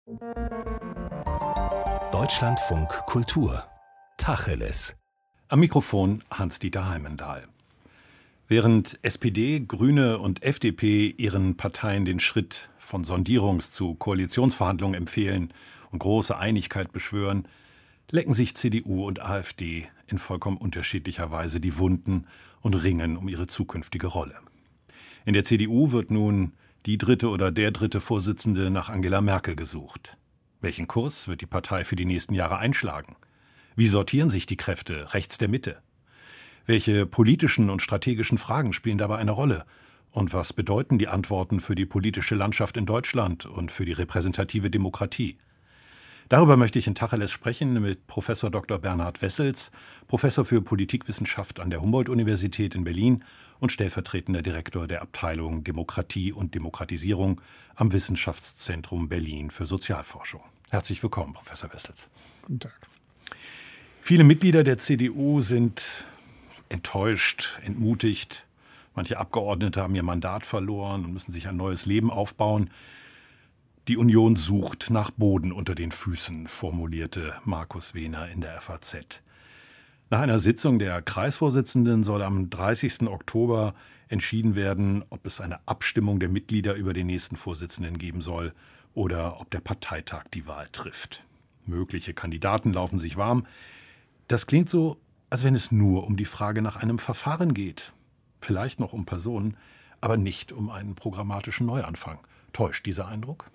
Deutschlandfunk Kultur Tacheles. Am Mikrofon Hans-Dieter Heimendahl. Während SPD, Grüne und FDP ihren Parteien den Schritt von Sondierungs- zu Koalitionsverhandlungen empfehlen und große Einigkeit beschwören, lecken sich CDU und AfD in vollkommen unterschiedlicher Weise die Wunden und ringen um ihre zukünftige Rolle. In der CDU wird nun die dritte oder der dritte Vorsitzende nach Angela Merkel gesucht. Welchen Kurs wird die Partei für die nächsten Jahre einschlagen? Wie sortieren sich die Kräfte rechts der Mitte? Welche politischen und strategischen Fragen spielen dabei eine Rolle? Und was bedeuten die Antworten für die politische Landschaft in Deutschland und für die repräsentative Demokratie? Darüber möchte ich in Tacheles sprechen mit Professor Dr. Bernhard Wessels, Professor für Politikwissenschaft an der Humboldt-Universität in Berlin und stellvertretender Direktor der Abteilung Demokratie und Demokratisierung am Wissenschaftszentrum Berlin für Sozialforschung. Herzlich willkommen, Professor Wessels. Guten Tag. Viele Mitglieder der CDU sind enttäuscht, entmutigt. Manche Abgeordnete haben ihr Mandat verloren und müssen sich ein neues Leben aufbauen. Die Union sucht nach Boden unter den Füßen, formulierte Markus Wehner in der FAZ. Nach einer Sitzung der Kreisvorsitzenden soll am 30. Oktober entschieden werden, ob es eine Abstimmung der Mitglieder über den nächsten Vorsitzenden geben soll oder ob der Parteitag die Wahl trifft. Mögliche Kandidaten laufen sich warm. Das klingt so, als wenn es nur um die Frage nach einem Verfahren geht. Vielleicht noch um Personen, aber nicht um einen programmatischen Neuanfang. Täuscht dieser Eindruck?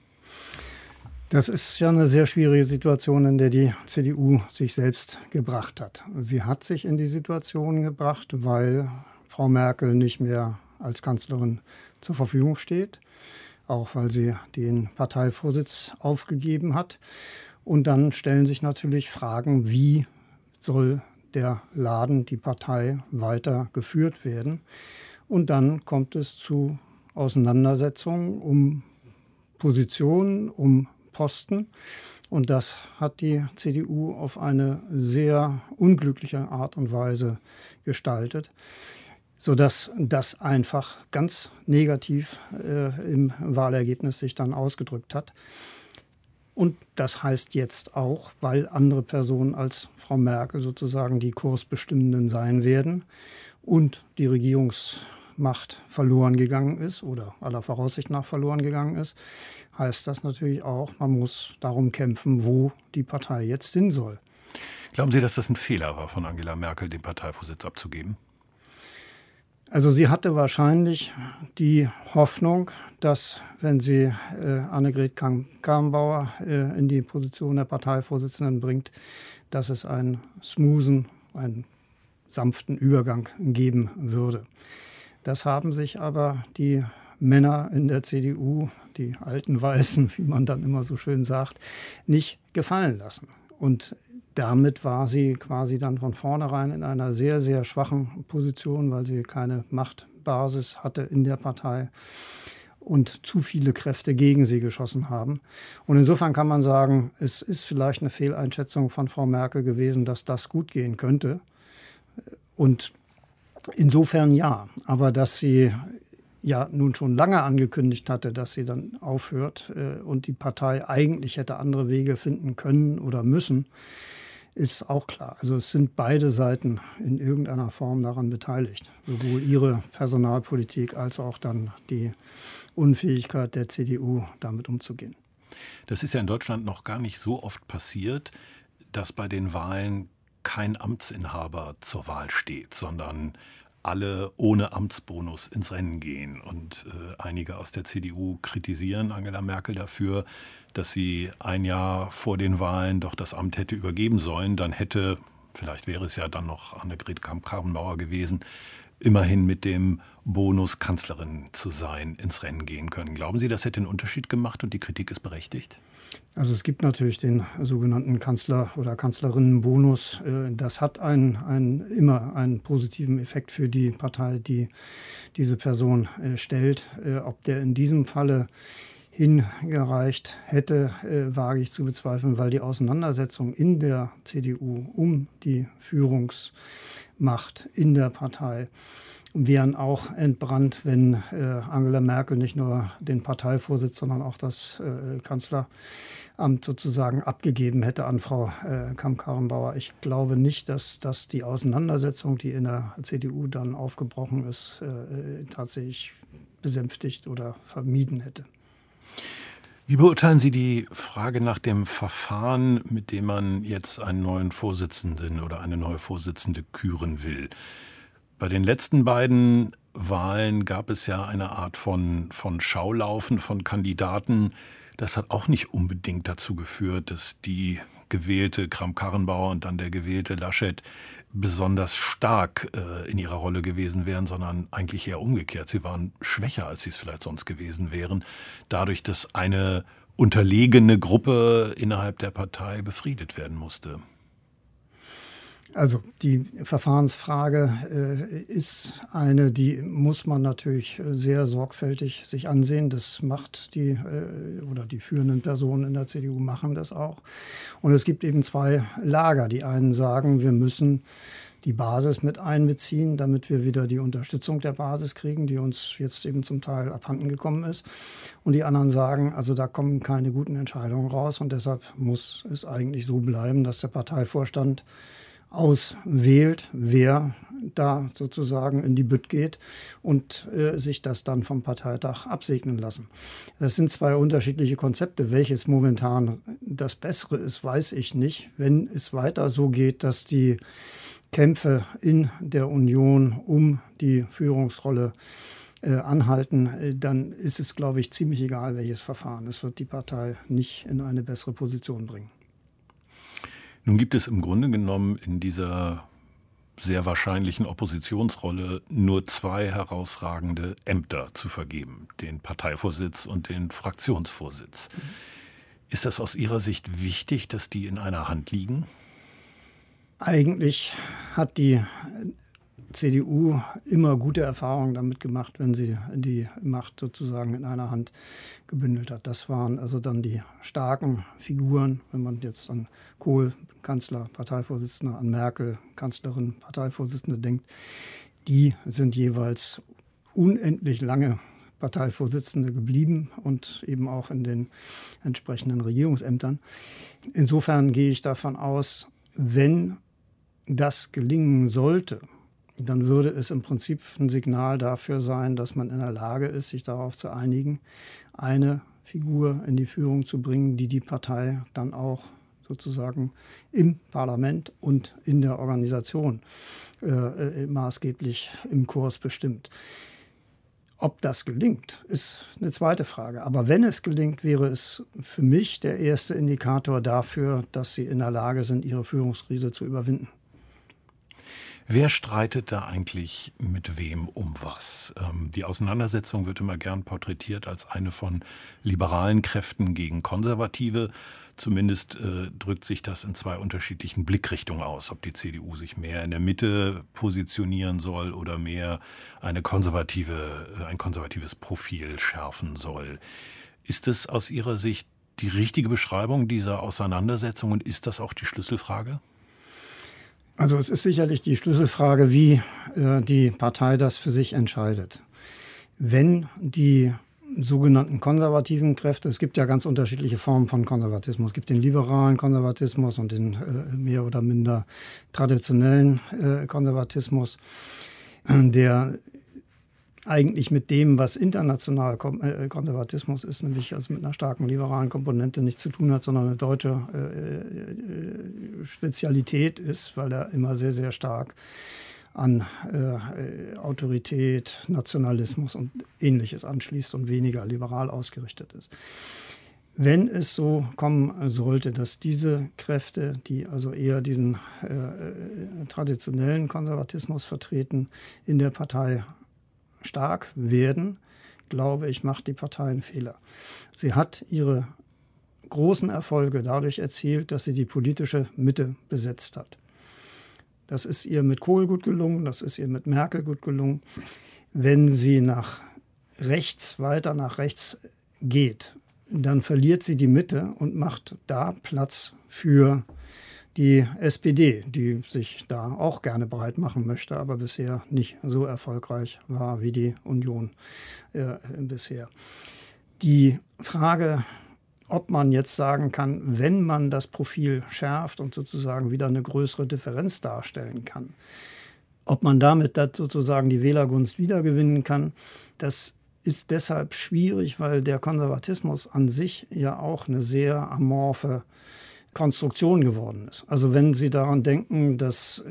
Das ist ja eine sehr schwierige Situation, in der die CDU sich selbst gebracht hat. Sie hat sich in die Situation gebracht, weil Frau Merkel nicht mehr als Kanzlerin zur Verfügung steht, auch weil sie den Parteivorsitz aufgegeben hat. Und dann stellen sich natürlich Fragen, wie soll der Laden, die Partei weiter geführt werden? Und dann kommt es zu Auseinandersetzungen um Positionen, um Posten. Und das hat die CDU auf eine sehr unglückliche Art und Weise gestaltet, sodass das einfach ganz negativ im Wahlergebnis sich dann ausgedrückt hat. Und das heißt jetzt auch, weil andere Personen als Frau Merkel sozusagen die Kursbestimmenden sein werden und die Regierungsmacht verloren gegangen ist oder aller Voraussicht nach verloren gegangen ist, heißt das natürlich auch, man muss darum kämpfen, wo die Partei jetzt hin soll. Glauben Sie, dass das ein Fehler war, von Angela Merkel den Parteivorsitz abzugeben? Also sie hatte wahrscheinlich die Hoffnung, dass, wenn sie Annegret Kramp-Karrenbauer in die Position der Parteivorsitzenden bringt, dass es einen smoothen, einen sanften Übergang geben würde. Das haben sich aber die Männer in der CDU, die alten Weißen, wie man dann immer so schön sagt, nicht gefallen lassen. Und damit war sie quasi dann von vornherein in einer sehr, sehr schwachen Position, weil sie keine Machtbasis hatte in der Partei und zu viele Kräfte gegen sie geschossen haben. Und insofern kann man sagen, es ist vielleicht eine Fehleinschätzung von Frau Merkel gewesen, dass das gut gehen könnte. Und insofern ja, aber dass sie ja nun schon lange angekündigt hatte, dass sie dann aufhört und die Partei eigentlich hätte andere Wege finden können oder müssen, ist auch klar. Also es sind beide Seiten in irgendeiner Form daran beteiligt. Sowohl ihre Personalpolitik als auch dann die Unfähigkeit der CDU, damit umzugehen. Das ist ja in Deutschland noch gar nicht so oft passiert, dass bei den Wahlen kein Amtsinhaber zur Wahl steht, sondern alle ohne Amtsbonus ins Rennen gehen. Und einige aus der CDU kritisieren Angela Merkel dafür, dass sie ein Jahr vor den Wahlen doch das Amt hätte übergeben sollen. Dann hätte, vielleicht wäre es ja dann noch Annegret Kramp-Karrenbauer gewesen, immerhin mit dem Bonus Kanzlerin zu sein, ins Rennen gehen können. Glauben Sie, das hätte einen Unterschied gemacht und die Kritik ist berechtigt? Also es gibt natürlich den sogenannten Kanzler- oder Kanzlerinnenbonus. Das hat immer einen positiven Effekt für die Partei, die diese Person stellt. Ob der in diesem Falle hingereicht hätte, wage ich zu bezweifeln, weil die Auseinandersetzung in der CDU um die Führungsmacht in der Partei wären auch entbrannt, wenn Angela Merkel nicht nur den Parteivorsitz, sondern auch das Kanzleramt sozusagen abgegeben hätte an Frau Kramp-Karrenbauer. Ich glaube nicht, dass das die Auseinandersetzung, die in der CDU dann aufgebrochen ist, tatsächlich besänftigt oder vermieden hätte. Wie beurteilen Sie die Frage nach dem Verfahren, mit dem man jetzt einen neuen Vorsitzenden oder eine neue Vorsitzende küren will? Bei den letzten beiden Wahlen gab es ja eine Art von Schaulaufen von Kandidaten. Das hat auch nicht unbedingt dazu geführt, dass die gewählte Kramp-Karrenbauer und dann der gewählte Laschet besonders stark in ihrer Rolle gewesen wären, sondern eigentlich eher umgekehrt. Sie waren schwächer, als sie es vielleicht sonst gewesen wären, dadurch, dass eine unterlegene Gruppe innerhalb der Partei befriedet werden musste. Also die Verfahrensfrage ist eine, die muss man natürlich sehr sorgfältig sich ansehen. Das macht die führenden Personen in der CDU machen das auch. Und es gibt eben zwei Lager. Die einen sagen, wir müssen die Basis mit einbeziehen, damit wir wieder die Unterstützung der Basis kriegen, die uns jetzt eben zum Teil abhanden gekommen ist. Und die anderen sagen, also da kommen keine guten Entscheidungen raus und deshalb muss es eigentlich so bleiben, dass der Parteivorstand auswählt, wer da sozusagen in die Bütt geht und sich das dann vom Parteitag absegnen lassen. Das sind zwei unterschiedliche Konzepte. Welches momentan das Bessere ist, weiß ich nicht. Wenn es weiter so geht, dass die Kämpfe in der Union um die Führungsrolle anhalten, dann ist es, glaube ich, ziemlich egal, welches Verfahren. Es wird die Partei nicht in eine bessere Position bringen. Nun gibt es im Grunde genommen in dieser sehr wahrscheinlichen Oppositionsrolle nur zwei herausragende Ämter zu vergeben, den Parteivorsitz und den Fraktionsvorsitz. Ist das aus Ihrer Sicht wichtig, dass die in einer Hand liegen? Eigentlich hat die CDU immer gute Erfahrungen damit gemacht, wenn sie die Macht sozusagen in einer Hand gebündelt hat. Das waren also dann die starken Figuren, wenn man jetzt an Kohl, Kanzler, Parteivorsitzender, an Merkel, Kanzlerin, Parteivorsitzende denkt. Die sind jeweils unendlich lange Parteivorsitzende geblieben und eben auch in den entsprechenden Regierungsämtern. Insofern gehe ich davon aus, wenn das gelingen sollte, dann würde es im Prinzip ein Signal dafür sein, dass man in der Lage ist, sich darauf zu einigen, eine Figur in die Führung zu bringen, die die Partei dann auch sozusagen im Parlament und in der Organisation maßgeblich im Kurs bestimmt. Ob das gelingt, ist eine zweite Frage. Aber wenn es gelingt, wäre es für mich der erste Indikator dafür, dass sie in der Lage sind, ihre Führungskrise zu überwinden. Wer streitet da eigentlich mit wem um was? Die Auseinandersetzung wird immer gern porträtiert als eine von liberalen Kräften gegen Konservative. Zumindest drückt sich das in zwei unterschiedlichen Blickrichtungen aus, ob die CDU sich mehr in der Mitte positionieren soll oder mehr ein konservatives Profil schärfen soll. Ist es aus Ihrer Sicht die richtige Beschreibung dieser Auseinandersetzung und ist das auch die Schlüsselfrage? Also es ist sicherlich die Schlüsselfrage, wie die Partei das für sich entscheidet. Wenn die sogenannten konservativen Kräfte, es gibt ja ganz unterschiedliche Formen von Konservatismus. Es gibt den liberalen Konservatismus und den mehr oder minder traditionellen Konservatismus, der eigentlich mit dem, was international Konservatismus ist, nämlich also mit einer starken liberalen Komponente nichts zu tun hat, sondern eine deutsche Spezialität ist, weil er immer sehr, sehr stark an Autorität, Nationalismus und Ähnliches anschließt und weniger liberal ausgerichtet ist. Wenn es so kommen sollte, dass diese Kräfte, die also eher diesen traditionellen Konservatismus vertreten, in der Partei stark werden, glaube ich, macht die Partei einen Fehler. Sie hat ihre großen Erfolge dadurch erzielt, dass sie die politische Mitte besetzt hat. Das ist ihr mit Kohl gut gelungen, das ist ihr mit Merkel gut gelungen. Wenn sie weiter nach rechts geht, dann verliert sie die Mitte und macht da Platz für Die SPD, die sich da auch gerne breit machen möchte, aber bisher nicht so erfolgreich war wie die Union bisher. Die Frage, ob man jetzt sagen kann, wenn man das Profil schärft und sozusagen wieder eine größere Differenz darstellen kann, ob man damit sozusagen die Wählergunst wiedergewinnen kann, das ist deshalb schwierig, weil der Konservatismus an sich ja auch eine sehr amorphe Konstruktion geworden ist. Also wenn Sie daran denken, dass,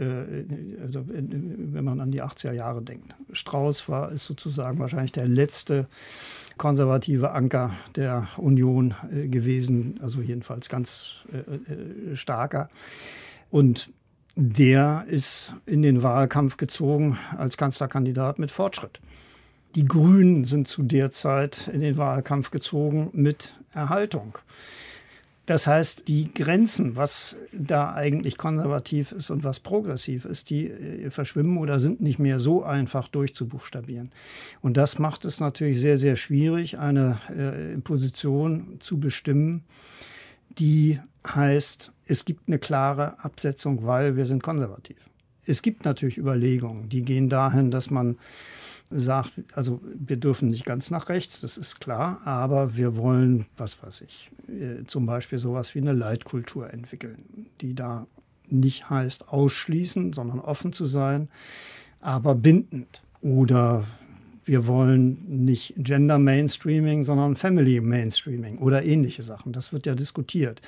wenn man an die 80er Jahre denkt, Strauß ist sozusagen wahrscheinlich der letzte konservative Anker der Union gewesen, also jedenfalls ganz starker. Und der ist in den Wahlkampf gezogen als Kanzlerkandidat mit Fortschritt. Die Grünen sind zu der Zeit in den Wahlkampf gezogen mit Erhaltung. Das heißt, die Grenzen, was da eigentlich konservativ ist und was progressiv ist, die verschwimmen oder sind nicht mehr so einfach durchzubuchstabieren. Und das macht es natürlich sehr, sehr schwierig, eine Position zu bestimmen, die heißt, es gibt eine klare Absetzung, weil wir sind konservativ. Es gibt natürlich Überlegungen, die gehen dahin, dass man sagt, also wir dürfen nicht ganz nach rechts, das ist klar, aber wir wollen, was weiß ich, zum Beispiel sowas wie eine Leitkultur entwickeln, die da nicht heißt ausschließen, sondern offen zu sein, aber bindend. Oder wir wollen nicht Gender Mainstreaming, sondern Family Mainstreaming oder ähnliche Sachen. Das wird ja diskutiert.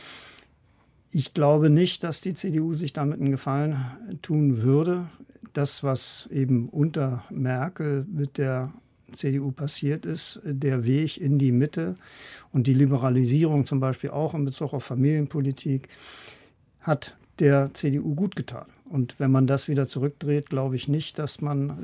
Ich glaube nicht, dass die CDU sich damit einen Gefallen tun würde. Das, was eben unter Merkel mit der CDU passiert ist, der Weg in die Mitte und die Liberalisierung zum Beispiel auch in Bezug auf Familienpolitik, hat der CDU gut getan. Und wenn man das wieder zurückdreht, glaube ich nicht, dass man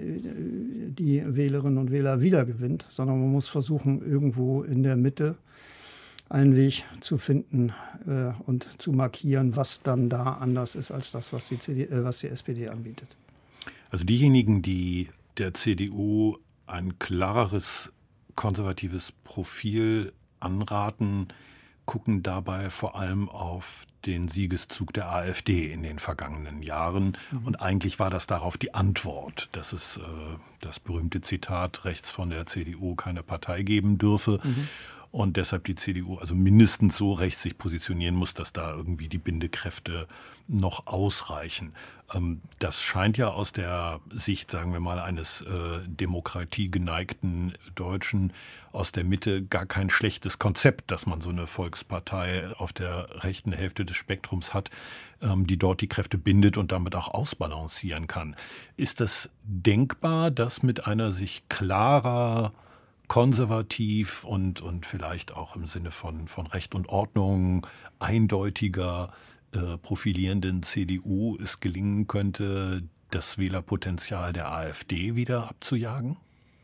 die Wählerinnen und Wähler wiedergewinnt, sondern man muss versuchen, irgendwo in der Mitte einen Weg zu finden und zu markieren, was dann da anders ist als das, was die SPD anbietet. Also diejenigen, die der CDU ein klareres konservatives Profil anraten, gucken dabei vor allem auf den Siegeszug der AfD in den vergangenen Jahren. Und eigentlich war das darauf die Antwort, dass es das berühmte Zitat rechts von der CDU keine Partei geben dürfe. Und deshalb die CDU also mindestens so rechts sich positionieren muss, dass da irgendwie die Bindekräfte noch ausreichen. Das scheint ja aus der Sicht, sagen wir mal, eines demokratiegeneigten Deutschen aus der Mitte gar kein schlechtes Konzept, dass man so eine Volkspartei auf der rechten Hälfte des Spektrums hat, die dort die Kräfte bindet und damit auch ausbalancieren kann. Ist das denkbar, dass mit einer sich klarer konservativ und vielleicht auch im Sinne von Recht und Ordnung eindeutiger profilierenden CDU es gelingen könnte, das Wählerpotenzial der AfD wieder abzujagen?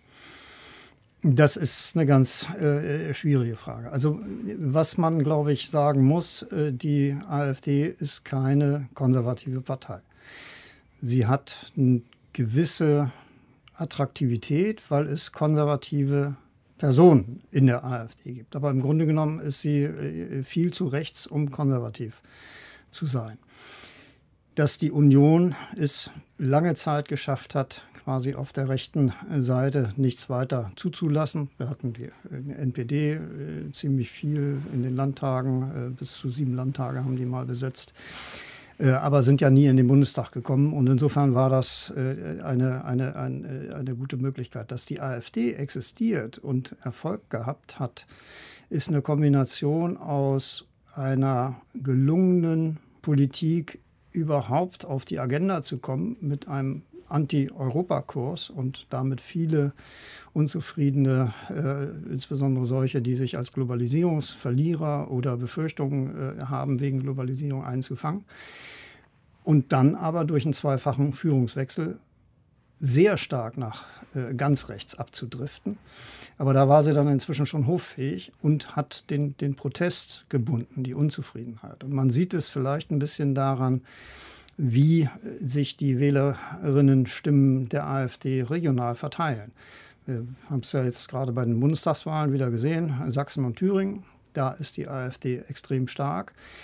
Das ist eine ganz schwierige Frage. Also was man, glaube ich, sagen muss, die AfD ist keine konservative Partei. Sie hat eine gewisse Attraktivität, weil es konservative Personen in der AfD gibt. Aber im Grunde genommen ist sie viel zu rechts, um konservativ zu sein. Dass die Union es lange Zeit geschafft hat, quasi auf der rechten Seite nichts weiter zuzulassen. Wir hatten die NPD ziemlich viel in den Landtagen, bis zu 7 Landtage haben die mal besetzt. Aber sind ja nie in den Bundestag gekommen. Und insofern war das eine gute Möglichkeit. Dass die AfD existiert und Erfolg gehabt hat, ist eine Kombination aus einer gelungenen Politik, überhaupt auf die Agenda zu kommen mit einem Anti-Europa-Kurs und damit viele Unzufriedene, insbesondere solche, die sich als Globalisierungsverlierer oder Befürchtungen haben, wegen Globalisierung einzufangen. Und dann aber durch einen zweifachen Führungswechsel sehr stark nach ganz rechts abzudriften. Aber da war sie dann inzwischen schon hoffähig und hat den Protest gebunden, die Unzufriedenheit. Und man sieht es vielleicht ein bisschen daran, wie sich die Wählerinnenstimmen der AfD regional verteilen. Wir haben es ja jetzt gerade bei den Bundestagswahlen wieder gesehen, Sachsen und Thüringen, da ist die AfD extrem stark.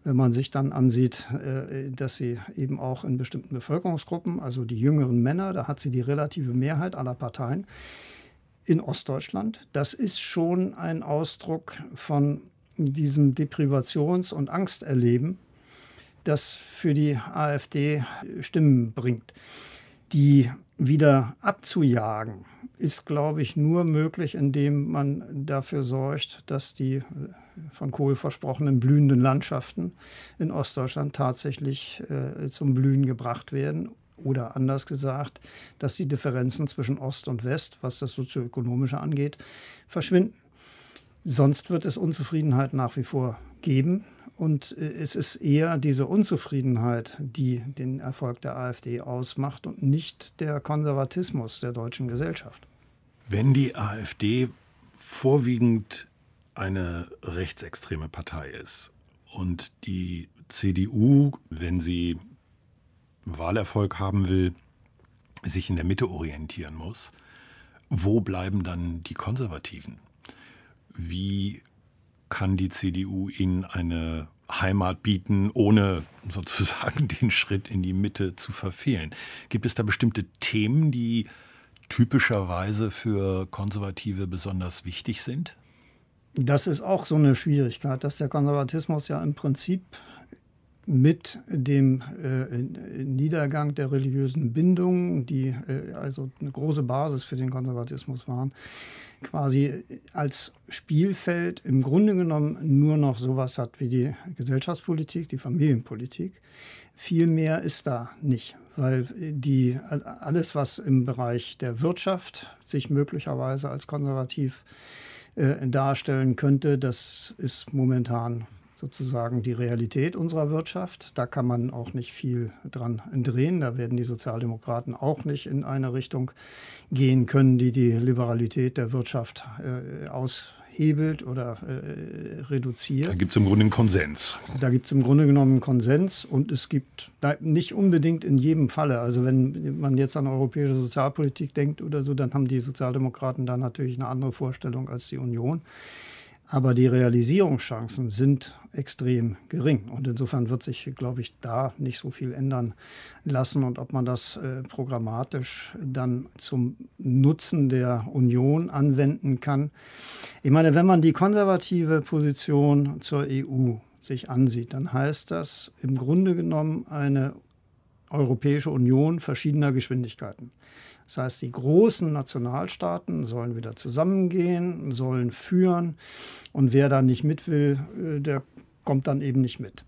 Wenn man sich dann ansieht, dass sie eben auch in bestimmten Bevölkerungsgruppen, also die jüngeren Männer, da hat sie die relative Mehrheit aller Parteien in Ostdeutschland. Das ist schon ein Ausdruck von diesem Deprivations- und Angsterleben, das für die AfD Stimmen bringt. Die wieder abzujagen, ist, glaube ich, nur möglich, indem man dafür sorgt, dass die von Kohl versprochenen blühenden Landschaften in Ostdeutschland tatsächlich zum Blühen gebracht werden. Oder anders gesagt, dass die Differenzen zwischen Ost und West, was das Sozioökonomische angeht, verschwinden. Sonst wird es Unzufriedenheit nach wie vor geben. Und es ist eher diese Unzufriedenheit, die den Erfolg der AfD ausmacht und nicht der Konservatismus der deutschen Gesellschaft. Wenn die AfD vorwiegend eine rechtsextreme Partei ist und die CDU, wenn sie Wahlerfolg haben will, sich in der Mitte orientieren muss, wo bleiben dann die Konservativen? Wie kann die CDU ihnen eine Heimat bieten, ohne sozusagen den Schritt in die Mitte zu verfehlen? Gibt es da bestimmte Themen, die typischerweise für Konservative besonders wichtig sind? Das ist auch so eine Schwierigkeit, dass der Konservatismus ja im Prinzip mit dem Niedergang der religiösen Bindungen, die also eine große Basis für den Konservatismus waren, quasi als Spielfeld im Grunde genommen nur noch sowas hat wie die Gesellschaftspolitik, die Familienpolitik. Viel mehr ist da nicht, weil alles, was im Bereich der Wirtschaft sich möglicherweise als konservativ darstellen könnte, das ist momentan sozusagen die Realität unserer Wirtschaft. Da kann man auch nicht viel dran drehen. Da werden die Sozialdemokraten auch nicht in eine Richtung gehen können, die die Liberalität der Wirtschaft aushebelt oder reduziert. Da gibt es im Grunde einen Konsens. Da gibt es im Grunde genommen einen Konsens und es gibt nicht unbedingt in jedem Falle. Also wenn man jetzt an europäische Sozialpolitik denkt oder so, dann haben die Sozialdemokraten da natürlich eine andere Vorstellung als die Union. Aber die Realisierungschancen sind extrem gering. Und insofern wird sich, glaube ich, da nicht so viel ändern lassen. Und ob man das programmatisch dann zum Nutzen der Union anwenden kann. Ich meine, wenn man die konservative Position zur EU sich ansieht, dann heißt das im Grunde genommen eine Europäische Union verschiedener Geschwindigkeiten. Das heißt, die großen Nationalstaaten sollen wieder zusammengehen, sollen führen und wer da nicht mit will, der kommt dann eben nicht mit.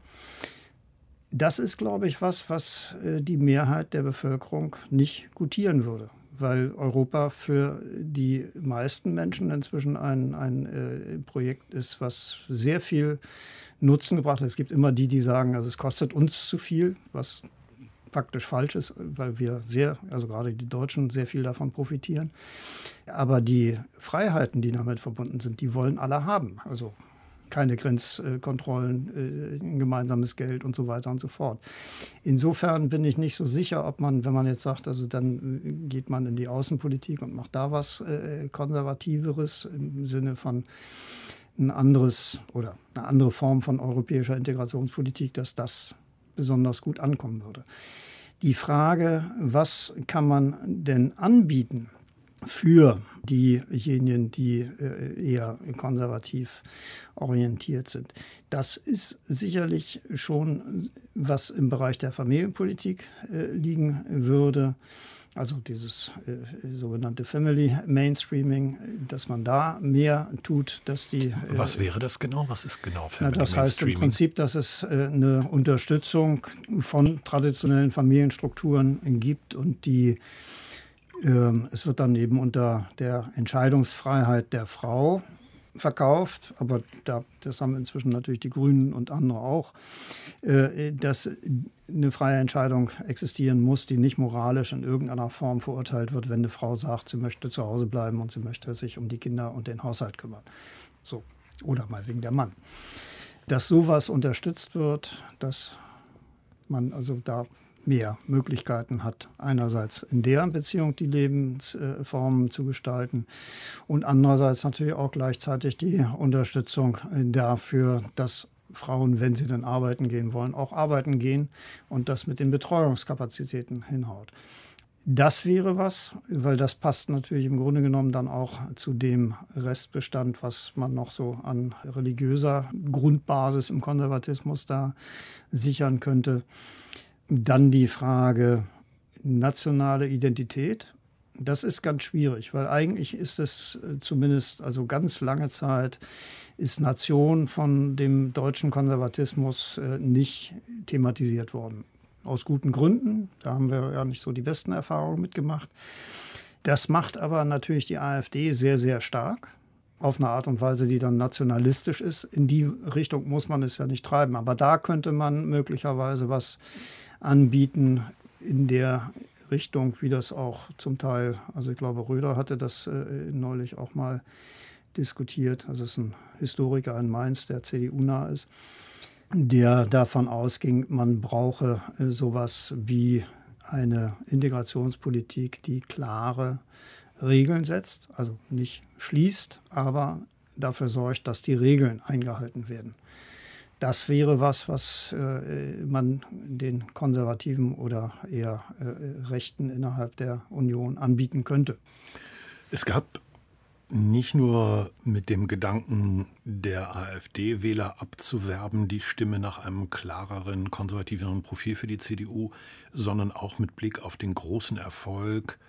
Das ist, glaube ich, was die Mehrheit der Bevölkerung nicht gutieren würde, weil Europa für die meisten Menschen inzwischen ein Projekt ist, was sehr viel Nutzen gebracht hat. Es gibt immer die sagen, also es kostet uns zu viel, was faktisch falsch ist, weil wir also gerade die Deutschen, sehr viel davon profitieren. Aber die Freiheiten, die damit verbunden sind, die wollen alle haben. Also keine Grenzkontrollen, ein gemeinsames Geld und so weiter und so fort. Insofern bin ich nicht so sicher, ob man, wenn man jetzt sagt, also dann geht man in die Außenpolitik und macht da was Konservativeres im Sinne von ein anderes oder eine andere Form von europäischer Integrationspolitik, dass das besonders gut ankommen würde. Die Frage, was kann man denn anbieten für diejenigen, die eher konservativ orientiert sind, das ist sicherlich schon, was im Bereich der Familienpolitik liegen würde. Also dieses sogenannte Family Mainstreaming, dass man da mehr tut, dass die... Was wäre das genau? Was ist genau Family Mainstreaming? Das heißt im Prinzip, dass es eine Unterstützung von traditionellen Familienstrukturen gibt und es wird dann eben unter der Entscheidungsfreiheit der Frau verkauft, aber das haben inzwischen natürlich die Grünen und andere auch, dass eine freie Entscheidung existieren muss, die nicht moralisch in irgendeiner Form verurteilt wird, wenn eine Frau sagt, sie möchte zu Hause bleiben und sie möchte sich um die Kinder und den Haushalt kümmern. So. Oder mal wegen der Mann. Dass sowas unterstützt wird, dass man also da mehr Möglichkeiten hat, einerseits in der Beziehung die Lebensformen zu gestalten und andererseits natürlich auch gleichzeitig die Unterstützung dafür, dass Frauen, wenn sie dann arbeiten gehen wollen, auch arbeiten gehen und das mit den Betreuungskapazitäten hinhaut. Das wäre was, weil das passt natürlich im Grunde genommen dann auch zu dem Restbestand, was man noch so an religiöser Grundbasis im Konservatismus da sichern könnte. Dann die Frage nationale Identität. Das ist ganz schwierig, weil eigentlich ist es zumindest, also ganz lange Zeit, ist Nation von dem deutschen Konservatismus nicht thematisiert worden. Aus guten Gründen, da haben wir ja nicht so die besten Erfahrungen mitgemacht. Das macht aber natürlich die AfD sehr, sehr stark, auf eine Art und Weise, die dann nationalistisch ist. In die Richtung muss man es ja nicht treiben, aber da könnte man möglicherweise was anbieten in der Richtung, wie das auch zum Teil, also ich glaube, Röder hatte das neulich auch mal diskutiert, also es ist ein Historiker in Mainz, der CDU-nah ist, der davon ausging, man brauche sowas wie eine Integrationspolitik, die klare Regeln setzt, also nicht schließt, aber dafür sorgt, dass die Regeln eingehalten werden. Das wäre was man den Konservativen oder eher Rechten innerhalb der Union anbieten könnte. Es gab nicht nur mit dem Gedanken, der AfD-Wähler abzuwerben, die Stimme nach einem klareren, konservativeren Profil für die CDU, sondern auch mit Blick auf den großen Erfolg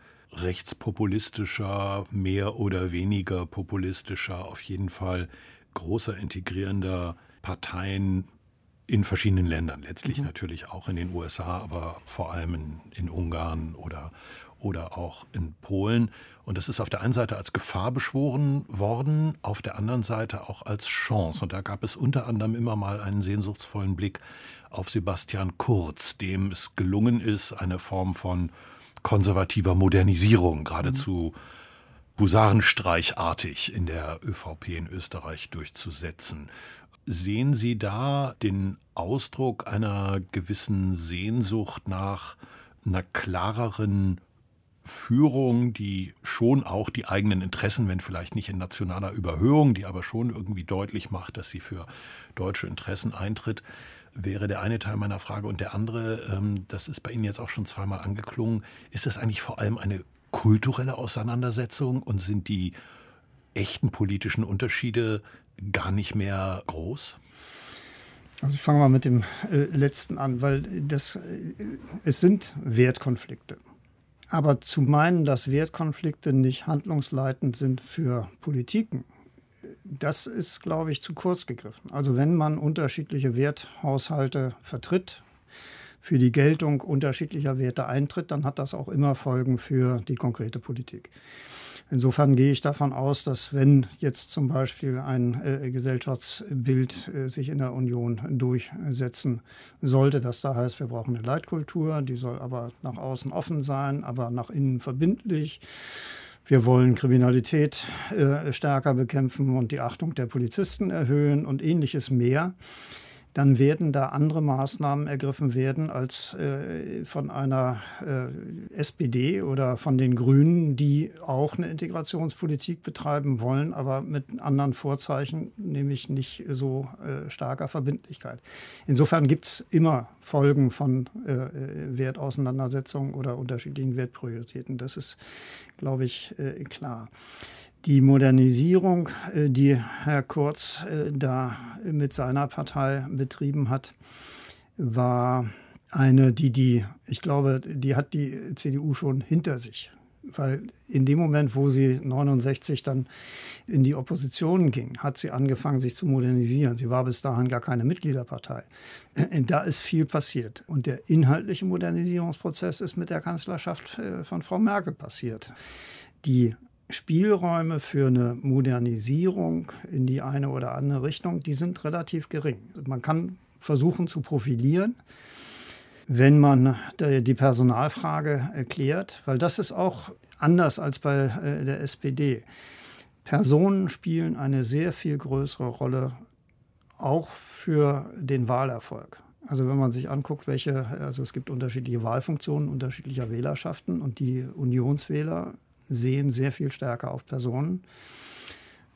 rechtspopulistischer, mehr oder weniger populistischer, auf jeden Fall großer integrierender Parteien in verschiedenen Ländern, letztlich natürlich auch in den USA, aber vor allem in Ungarn oder auch in Polen. Und das ist auf der einen Seite als Gefahr beschworen worden, auf der anderen Seite auch als Chance. Und da gab es unter anderem immer mal einen sehnsuchtsvollen Blick auf Sebastian Kurz, dem es gelungen ist, eine Form von konservativer Modernisierung, geradezu husarenstreichartig in der ÖVP in Österreich durchzusetzen. Sehen Sie da den Ausdruck einer gewissen Sehnsucht nach einer klareren Führung, die schon auch die eigenen Interessen, wenn vielleicht nicht in nationaler Überhöhung, die aber schon irgendwie deutlich macht, dass sie für deutsche Interessen eintritt, wäre der eine Teil meiner Frage. Und der andere, das ist bei Ihnen jetzt auch schon zweimal angeklungen, ist das eigentlich vor allem eine kulturelle Auseinandersetzung und sind die echten politischen Unterschiede gar nicht mehr groß? Also ich fange mal mit dem letzten an, weil es sind Wertkonflikte. Aber zu meinen, dass Wertkonflikte nicht handlungsleitend sind für Politiken, das ist, glaube ich, zu kurz gegriffen. Also wenn man unterschiedliche Werthaushalte vertritt, für die Geltung unterschiedlicher Werte eintritt, dann hat das auch immer Folgen für die konkrete Politik. Insofern gehe ich davon aus, dass wenn jetzt zum Beispiel ein Gesellschaftsbild sich in der Union durchsetzen sollte, dass da heißt, wir brauchen eine Leitkultur, die soll aber nach außen offen sein, aber nach innen verbindlich. Wir wollen Kriminalität stärker bekämpfen und die Achtung der Polizisten erhöhen und ähnliches mehr. Dann werden da andere Maßnahmen ergriffen werden als von einer SPD oder von den Grünen, die auch eine Integrationspolitik betreiben wollen, aber mit anderen Vorzeichen, nämlich nicht so starker Verbindlichkeit. Insofern gibt es immer Folgen von Wertauseinandersetzungen oder unterschiedlichen Wertprioritäten. Das ist, glaube ich, klar. Die Modernisierung, die Herr Kurz da mit seiner Partei betrieben hat, war eine, ich glaube, die hat die CDU schon hinter sich. Weil in dem Moment, wo sie 69 dann in die Opposition ging, hat sie angefangen, sich zu modernisieren. Sie war bis dahin gar keine Mitgliederpartei. Da ist viel passiert. Und der inhaltliche Modernisierungsprozess ist mit der Kanzlerschaft von Frau Merkel passiert. Die Spielräume für eine Modernisierung in die eine oder andere Richtung, die sind relativ gering. Man kann versuchen zu profilieren, wenn man die Personalfrage erklärt, weil das ist auch anders als bei der SPD. Personen spielen eine sehr viel größere Rolle, auch für den Wahlerfolg. Also wenn man sich anguckt, also es gibt unterschiedliche Wahlfunktionen unterschiedlicher Wählerschaften und die Unionswähler sehen sehr viel stärker auf Personen.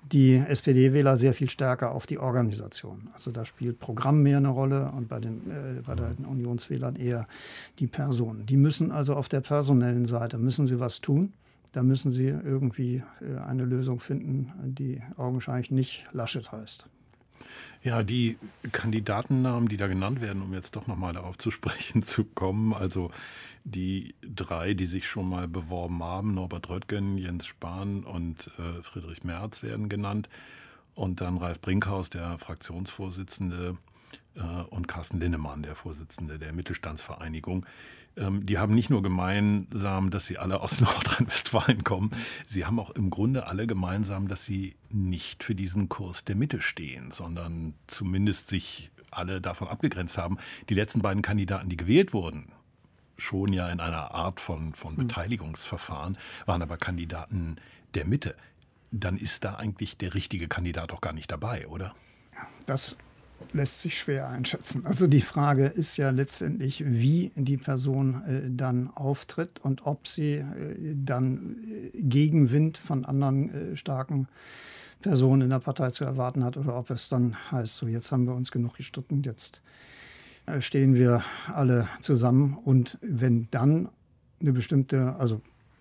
die SPD-Wähler sehr viel stärker auf die Organisation. Also da spielt Programm mehr eine Rolle und bei den Unionswählern eher die Personen. Die müssen also auf der personellen Seite, müssen sie was tun. Da müssen sie irgendwie eine Lösung finden, die augenscheinlich nicht Laschet heißt. Ja, die Kandidatennamen, die da genannt werden, um jetzt doch nochmal darauf zu sprechen zu kommen, also die 3, die sich schon mal beworben haben, Norbert Röttgen, Jens Spahn und Friedrich Merz werden genannt und dann Ralf Brinkhaus, der Fraktionsvorsitzende und Carsten Linnemann, der Vorsitzende der Mittelstandsvereinigung. Die haben nicht nur gemeinsam, dass sie alle aus Nordrhein-Westfalen kommen, sie haben auch im Grunde alle gemeinsam, dass sie nicht für diesen Kurs der Mitte stehen, sondern zumindest sich alle davon abgegrenzt haben. Die letzten beiden Kandidaten, die gewählt wurden, schon ja in einer Art von Beteiligungsverfahren, waren aber Kandidaten der Mitte. Dann ist da eigentlich der richtige Kandidat doch gar nicht dabei, oder? Das lässt sich schwer einschätzen. Also die Frage ist ja letztendlich, wie die Person dann auftritt und ob sie dann Gegenwind von anderen starken Personen in der Partei zu erwarten hat oder ob es dann heißt, so jetzt haben wir uns genug gestritten, jetzt stehen wir alle zusammen. Und wenn dann eine bestimmte, also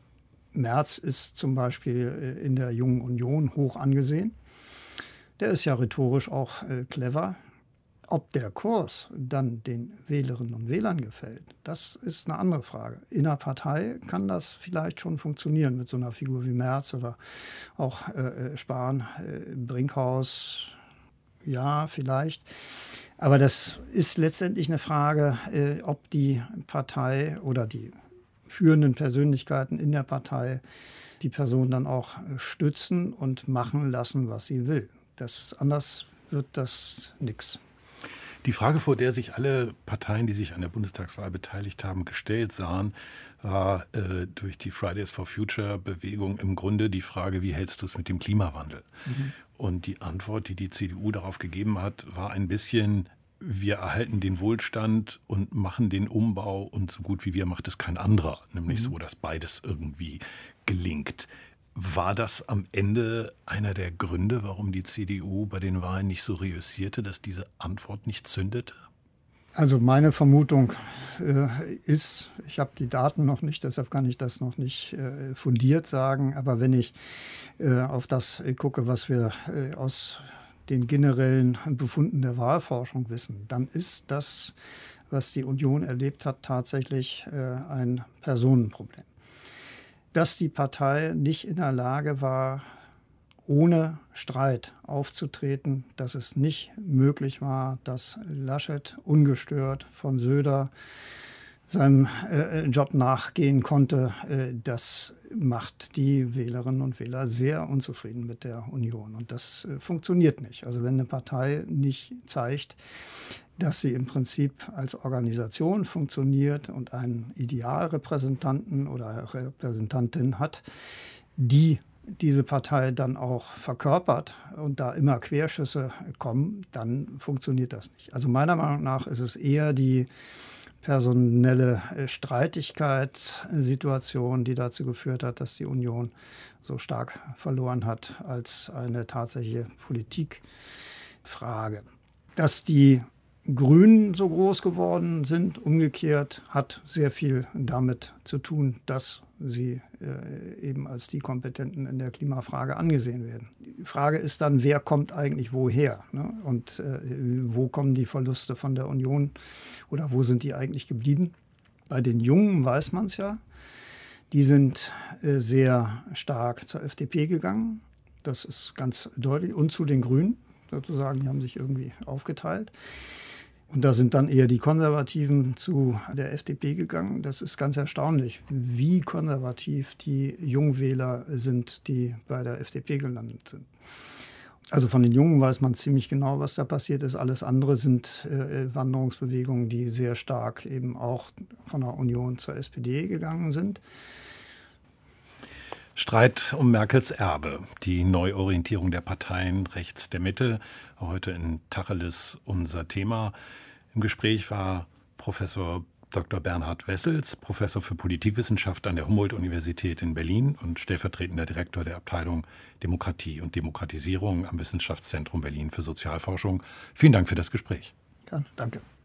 Merz ist zum Beispiel in der Jungen Union hoch angesehen, der ist ja rhetorisch auch clever. Ob der Kurs dann den Wählerinnen und Wählern gefällt, das ist eine andere Frage. In der Partei kann das vielleicht schon funktionieren mit so einer Figur wie Merz oder auch Spahn, Brinkhaus, ja, vielleicht. Aber das ist letztendlich eine Frage, ob die Partei oder die führenden Persönlichkeiten in der Partei die Person dann auch stützen und machen lassen, was sie will. Anders wird das nichts. Die Frage, vor der sich alle Parteien, die sich an der Bundestagswahl beteiligt haben, gestellt sahen, war durch die Fridays for Future Bewegung im Grunde die Frage, wie hältst du es mit dem Klimawandel? Und die Antwort, die die CDU darauf gegeben hat, war ein bisschen, wir erhalten den Wohlstand und machen den Umbau und so gut wie wir macht es kein anderer. Nämlich so, dass beides irgendwie gelingt. War das am Ende einer der Gründe, warum die CDU bei den Wahlen nicht so reüssierte, dass diese Antwort nicht zündete? Also meine Vermutung ist, ich habe die Daten noch nicht, deshalb kann ich das noch nicht fundiert sagen, aber wenn ich auf das gucke, was wir aus den generellen Befunden der Wahlforschung wissen, dann ist das, was die Union erlebt hat, tatsächlich ein Personenproblem. Dass die Partei nicht in der Lage war, ohne Streit aufzutreten, dass es nicht möglich war, dass Laschet ungestört von Söder seinem Job nachgehen konnte, das macht die Wählerinnen und Wähler sehr unzufrieden mit der Union. Und das funktioniert nicht. Also wenn eine Partei nicht zeigt, dass sie im Prinzip als Organisation funktioniert und einen Idealrepräsentanten oder Repräsentantin hat, die diese Partei dann auch verkörpert und da immer Querschüsse kommen, dann funktioniert das nicht. Also meiner Meinung nach ist es eher die personelle Streitigkeitssituation, die dazu geführt hat, dass die Union so stark verloren hat, als eine tatsächliche Politikfrage. Dass die Grünen so groß geworden sind, umgekehrt, hat sehr viel damit zu tun, dass sie eben als die Kompetenten in der Klimafrage angesehen werden. Die Frage ist dann, wer kommt eigentlich woher? Ne? Und wo kommen die Verluste von der Union oder wo sind die eigentlich geblieben? Bei den Jungen weiß man es ja. Die sind sehr stark zur FDP gegangen. Das ist ganz deutlich. Und zu den Grünen sozusagen, die haben sich irgendwie aufgeteilt. Und da sind dann eher die Konservativen zu der FDP gegangen. Das ist ganz erstaunlich, wie konservativ die Jungwähler sind, die bei der FDP gelandet sind. Also von den Jungen weiß man ziemlich genau, was da passiert ist. Alles andere sind Wanderungsbewegungen, die sehr stark eben auch von der Union zur SPD gegangen sind. Streit um Merkels Erbe, die Neuorientierung der Parteien rechts der Mitte, heute in Tacheles unser Thema. Im Gespräch war Professor Dr. Bernhard Wessels, Professor für Politikwissenschaft an der Humboldt-Universität in Berlin und stellvertretender Direktor der Abteilung Demokratie und Demokratisierung am Wissenschaftszentrum Berlin für Sozialforschung. Vielen Dank für das Gespräch. Ja, danke.